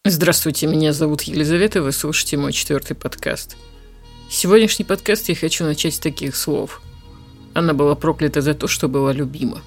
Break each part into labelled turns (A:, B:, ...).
A: Здравствуйте, меня зовут Елизавета, вы слушаете мой 4-й подкаст. Сегодняшний подкаст я хочу начать с таких слов. Она была проклята за то, что была любима.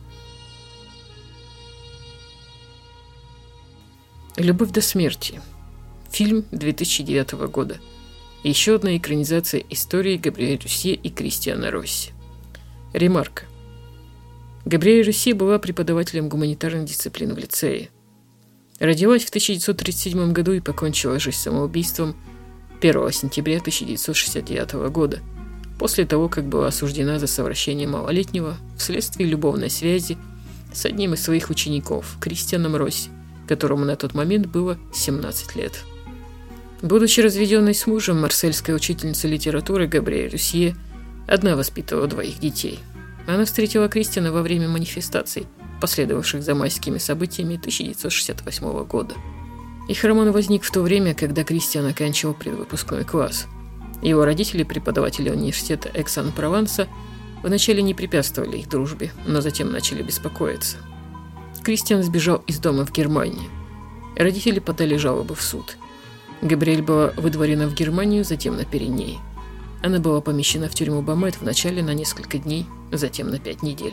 A: «Любовь до смерти». Фильм 2009 года. Еще одна экранизация истории Габриэль Русье и Кристиана Росси. Ремарка. Габриэль Русье была преподавателем гуманитарных дисциплин в лицее. Родилась в 1937 году и покончила жизнь самоубийством 1 сентября 1969 года, после того, как была осуждена за совращение малолетнего вследствие любовной связи с одним из своих учеников, Кристианом Росси, которому на тот момент было 17 лет. Будучи разведенной с мужем, марсельская учительница литературы Габриэль Русье одна воспитывала 2 детей. Она встретила Кристиана во время манифестаций, последовавших за майскими событиями 1968 года. Их роман возник в то время, когда Кристиан оканчивал предвыпускной класс. Его родители, преподаватели университета Экс-Ан-Прованса, вначале не препятствовали их дружбе, но затем начали беспокоиться. Кристиан сбежал из дома в Германию. Родители подали жалобы в суд. Габриэль была выдворена в Германию, затем на Пиренеи. Она была помещена в тюрьму Бамет вначале на несколько дней, затем на 5 недель.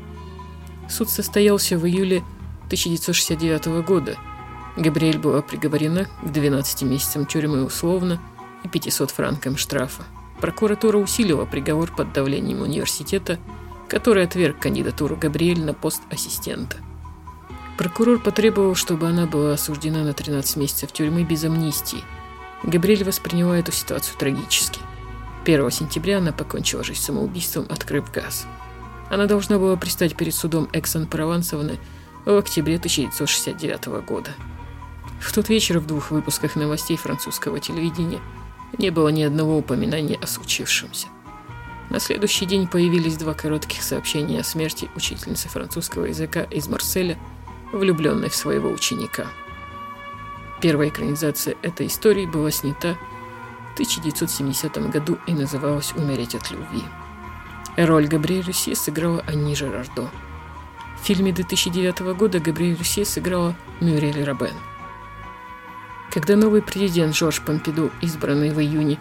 A: Суд состоялся в июле 1969 года. Габриэль была приговорена к 12 месяцам тюрьмы условно и 500 франкам штрафа. Прокуратура усилила приговор под давлением университета, который отверг кандидатуру Габриэль на пост ассистента. Прокурор потребовал, чтобы она была осуждена на 13 месяцев тюрьмы без амнистии. Габриэль восприняла эту ситуацию трагически. 1 сентября она покончила жизнь самоубийством, открыв газ. Она должна была предстать перед судом Экс-Ан-Прованса в октябре 1969 года. В тот вечер в 2 выпусках новостей французского телевидения не было ни одного упоминания о случившемся. На следующий день появились 2 коротких сообщения о смерти учительницы французского языка из Марселя, влюбленной в своего ученика. Первая экранизация этой истории была снята в 1970 году и называлась «Умереть от любви». Роль Габриэль Русье сыграла Анни Жирардо. В фильме 2009 года Габриэль Русье сыграла Мюриэль Робен. Когда новый президент Жорж Помпиду, избранный в июне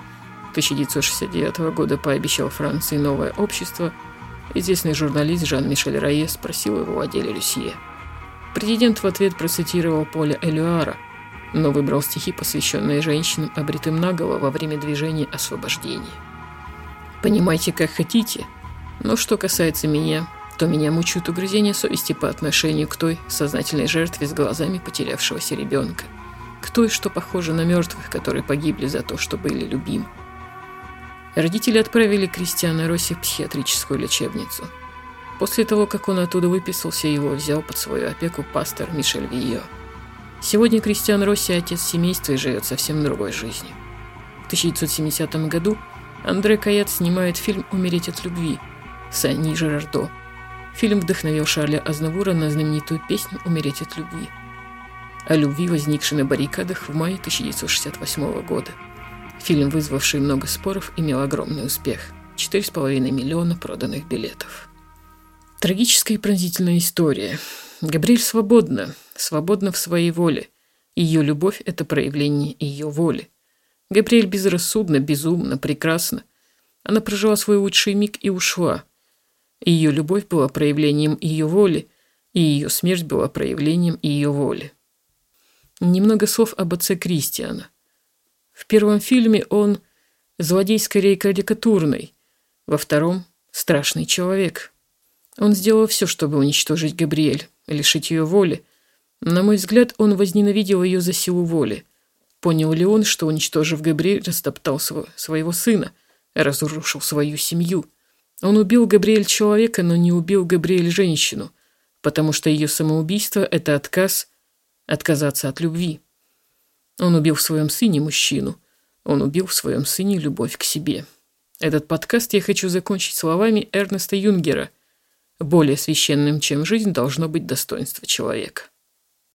A: 1969 года, пообещал Франции новое общество, известный журналист Жан-Мишель Рае спросил его о деле Русье. Президент в ответ процитировал Поля Элюара, но выбрал стихи, посвященные женщинам, обритым наголо во время движения освобождения. «Понимайте, как хотите, но что касается меня, то меня мучают угрызения совести по отношению к той сознательной жертве с глазами потерявшегося ребенка, к той, что похожа на мертвых, которые погибли за то, что были любимы». Родители отправили Кристиана Росси в психиатрическую лечебницу. После того, как он оттуда выписался, его взял под свою опеку пастор Мишель Вийо. Сегодня Кристиан Росси – отец семейства и живет совсем другой жизнью. В 1970 году Андре Каят снимает фильм «Умереть от любви» с Анни Жирардо. Фильм вдохновил Шарля Азнавура на знаменитую песню «Умереть от любви». О любви, возникшей на баррикадах в мае 1968 года. Фильм, вызвавший много споров, имел огромный успех – 4,5 миллиона проданных билетов. Трагическая и пронзительная история. Габриэль свободна в своей воле. Ее любовь – это проявление ее воли. Габриэль безрассудна, безумна, прекрасна. Она прожила свой лучший миг и ушла. Ее любовь была проявлением ее воли, и ее смерть была проявлением ее воли. Немного слов об отце Кристиана. В первом фильме он злодей скорее карикатурный, во втором – страшный человек. Он сделал все, чтобы уничтожить Габриэль, лишить ее воли. На мой взгляд, он возненавидел ее за силу воли. Понял ли он, что, уничтожив Габриэль, растоптал своего сына, разрушил свою семью? Он убил Габриэль человека, но не убил Габриэль женщину, потому что ее самоубийство – это отказаться от любви. Он убил в своем сыне мужчину. Он убил в своем сыне любовь к себе. Этот подкаст я хочу закончить словами Эрнеста Юнгера: «Более священным, чем жизнь, должно быть достоинство человека».